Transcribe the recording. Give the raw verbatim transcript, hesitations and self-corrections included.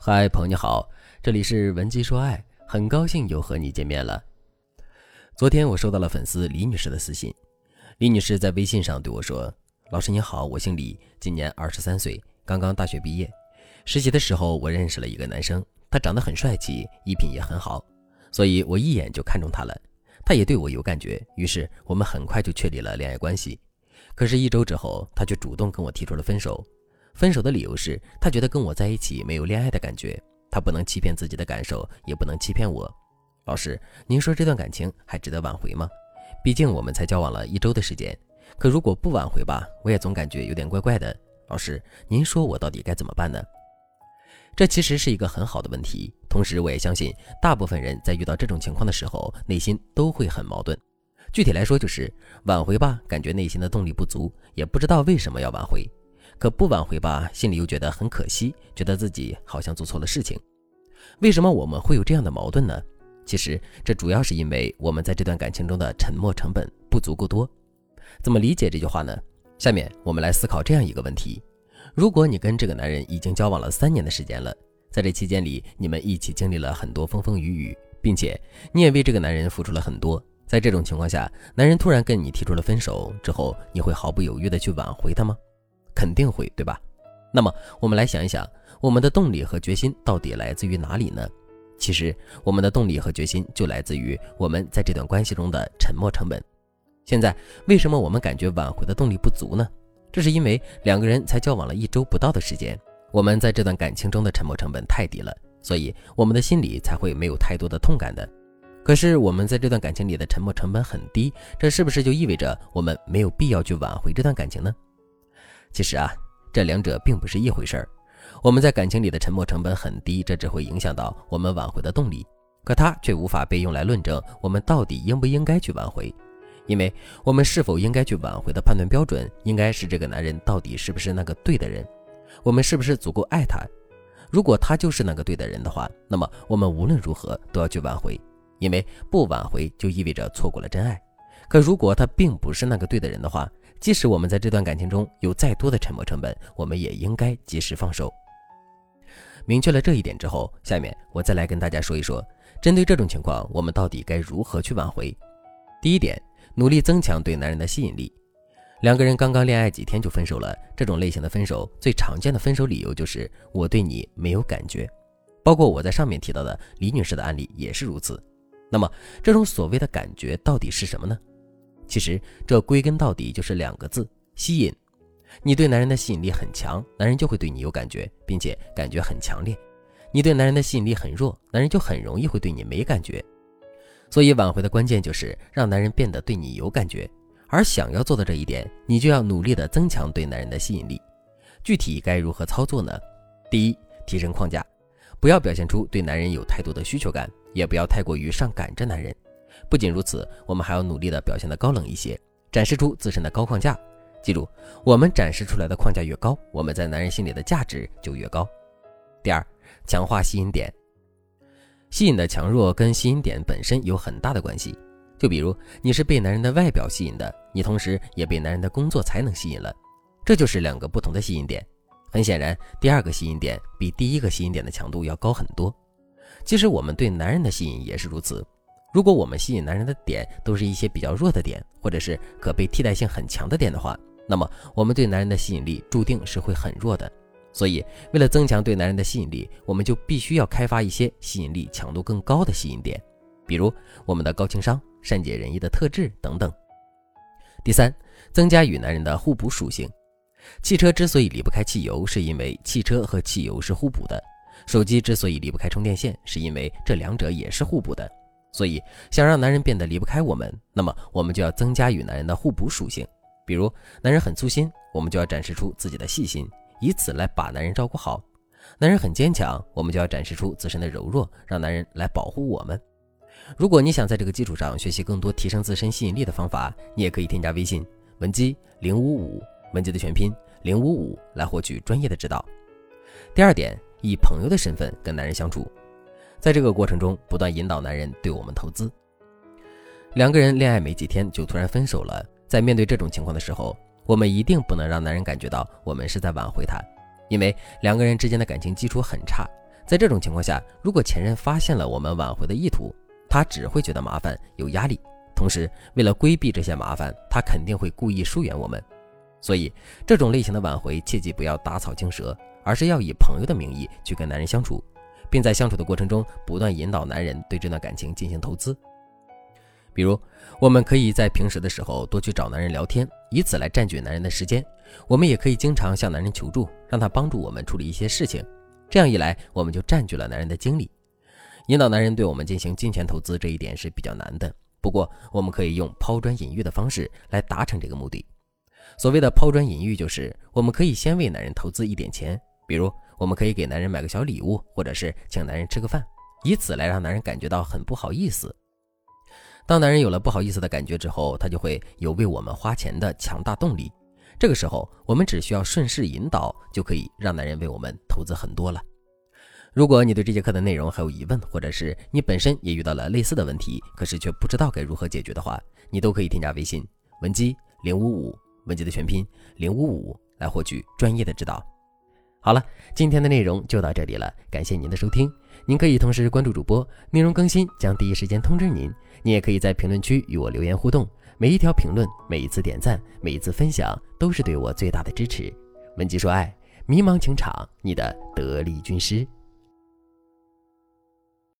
嗨，朋友你好，这里是文姬说爱，很高兴又和你见面了。昨天我收到了粉丝李女士的私信，李女士在微信上对我说：老师你好，我姓李，今年二十三岁，刚刚大学毕业。实习的时候我认识了一个男生，他长得很帅气，衣品也很好，所以我一眼就看中他了。他也对我有感觉，于是我们很快就确立了恋爱关系。可是一周之后，他却主动跟我提出了分手。分手的理由是他觉得跟我在一起没有恋爱的感觉，他不能欺骗自己的感受，也不能欺骗我。老师，您说这段感情还值得挽回吗？毕竟我们才交往了一周的时间，可如果不挽回吧，我也总感觉有点怪怪的。老师，您说我到底该怎么办呢？这其实是一个很好的问题，同时我也相信大部分人在遇到这种情况的时候，内心都会很矛盾。具体来说就是挽回吧，感觉内心的动力不足，也不知道为什么要挽回。可不挽回吧，心里又觉得很可惜，觉得自己好像做错了事情。为什么我们会有这样的矛盾呢？其实这主要是因为我们在这段感情中的沉没成本不足够多。怎么理解这句话呢？下面我们来思考这样一个问题：如果你跟这个男人已经交往了三年的时间了，在这期间里你们一起经历了很多风风雨雨，并且你也为这个男人付出了很多，在这种情况下，男人突然跟你提出了分手之后，你会毫不犹豫地去挽回他吗？肯定会，对吧？那么我们来想一想，我们的动力和决心到底来自于哪里呢？其实我们的动力和决心就来自于我们在这段关系中的沉没成本。现在为什么我们感觉挽回的动力不足呢？这是因为两个人才交往了一周不到的时间，我们在这段感情中的沉没成本太低了，所以我们的心里才会没有太多的痛感的。可是我们在这段感情里的沉没成本很低，这是不是就意味着我们没有必要去挽回这段感情呢？其实啊，这两者并不是一回事儿。我们在感情里的沉没成本很低，这只会影响到我们挽回的动力，可它却无法被用来论证我们到底应不应该去挽回。因为我们是否应该去挽回的判断标准，应该是这个男人到底是不是那个对的人，我们是不是足够爱他。如果他就是那个对的人的话，那么我们无论如何都要去挽回，因为不挽回就意味着错过了真爱。可如果他并不是那个对的人的话，即使我们在这段感情中有再多的沉没成本，我们也应该及时放手。明确了这一点之后，下面我再来跟大家说一说，针对这种情况，我们到底该如何去挽回。第一点，努力增强对男人的吸引力。两个人刚刚恋爱几天就分手了，这种类型的分手最常见的分手理由就是我对你没有感觉，包括我在上面提到的李女士的案例也是如此。那么这种所谓的感觉到底是什么呢？其实这归根到底就是两个字：吸引。你对男人的吸引力很强，男人就会对你有感觉，并且感觉很强烈。你对男人的吸引力很弱，男人就很容易会对你没感觉。所以挽回的关键就是让男人变得对你有感觉，而想要做到这一点，你就要努力地增强对男人的吸引力。具体该如何操作呢？第一，提升框架，不要表现出对男人有太多的需求感，也不要太过于上赶着男人。不仅如此，我们还要努力地表现得高冷一些，展示出自身的高框架。记住，我们展示出来的框架越高，我们在男人心里的价值就越高。第二，强化吸引点。吸引的强弱跟吸引点本身有很大的关系。就比如你是被男人的外表吸引的，你同时也被男人的工作才能吸引了，这就是两个不同的吸引点。很显然，第二个吸引点比第一个吸引点的强度要高很多。其实我们对男人的吸引也是如此。如果我们吸引男人的点都是一些比较弱的点，或者是可被替代性很强的点的话，那么我们对男人的吸引力注定是会很弱的。所以为了增强对男人的吸引力，我们就必须要开发一些吸引力强度更高的吸引点，比如我们的高情商、善解人意的特质等等。第三，增加与男人的互补属性。汽车之所以离不开汽油，是因为汽车和汽油是互补的。手机之所以离不开充电线，是因为这两者也是互补的。所以想让男人变得离不开我们，那么我们就要增加与男人的互补属性。比如男人很粗心，我们就要展示出自己的细心，以此来把男人照顾好。男人很坚强，我们就要展示出自身的柔弱，让男人来保护我们。如果你想在这个基础上学习更多提升自身吸引力的方法，你也可以添加微信文姬零五五，文姬的全拼零五五，来获取专业的指导。第二点，以朋友的身份跟男人相处。在这个过程中，不断引导男人对我们投资。两个人恋爱没几天就突然分手了，在面对这种情况的时候，我们一定不能让男人感觉到我们是在挽回他，因为两个人之间的感情基础很差， 在这种情况下，如果前任发现了我们挽回的意图，他只会觉得麻烦有压力，同时为了规避这些麻烦，他肯定会故意疏远我们。所以这种类型的挽回切记不要打草惊蛇，而是要以朋友的名义去跟男人相处，并在相处的过程中不断引导男人对这段感情进行投资。比如我们可以在平时的时候多去找男人聊天，以此来占据男人的时间。我们也可以经常向男人求助，让他帮助我们处理一些事情，这样一来我们就占据了男人的精力。引导男人对我们进行金钱投资这一点是比较难的，不过我们可以用抛砖引玉的方式来达成这个目的。所谓的抛砖引玉，就是我们可以先为男人投资一点钱，比如我们可以给男人买个小礼物，或者是请男人吃个饭，以此来让男人感觉到很不好意思。当男人有了不好意思的感觉之后，他就会有为我们花钱的强大动力。这个时候我们只需要顺势引导，就可以让男人为我们投资很多了。如果你对这节课的内容还有疑问，或者是你本身也遇到了类似的问题，可是却不知道该如何解决的话，你都可以添加微信文姬零五五，文姬的全拼零五五，来获取专业的指导。好了，今天的内容就到这里了，感谢您的收听。您可以同时关注主播，内容更新将第一时间通知您。您也可以在评论区与我留言互动，每一条评论，每一次点赞，每一次分享，都是对我最大的支持。文姬说爱，迷茫情场，你的得力军师。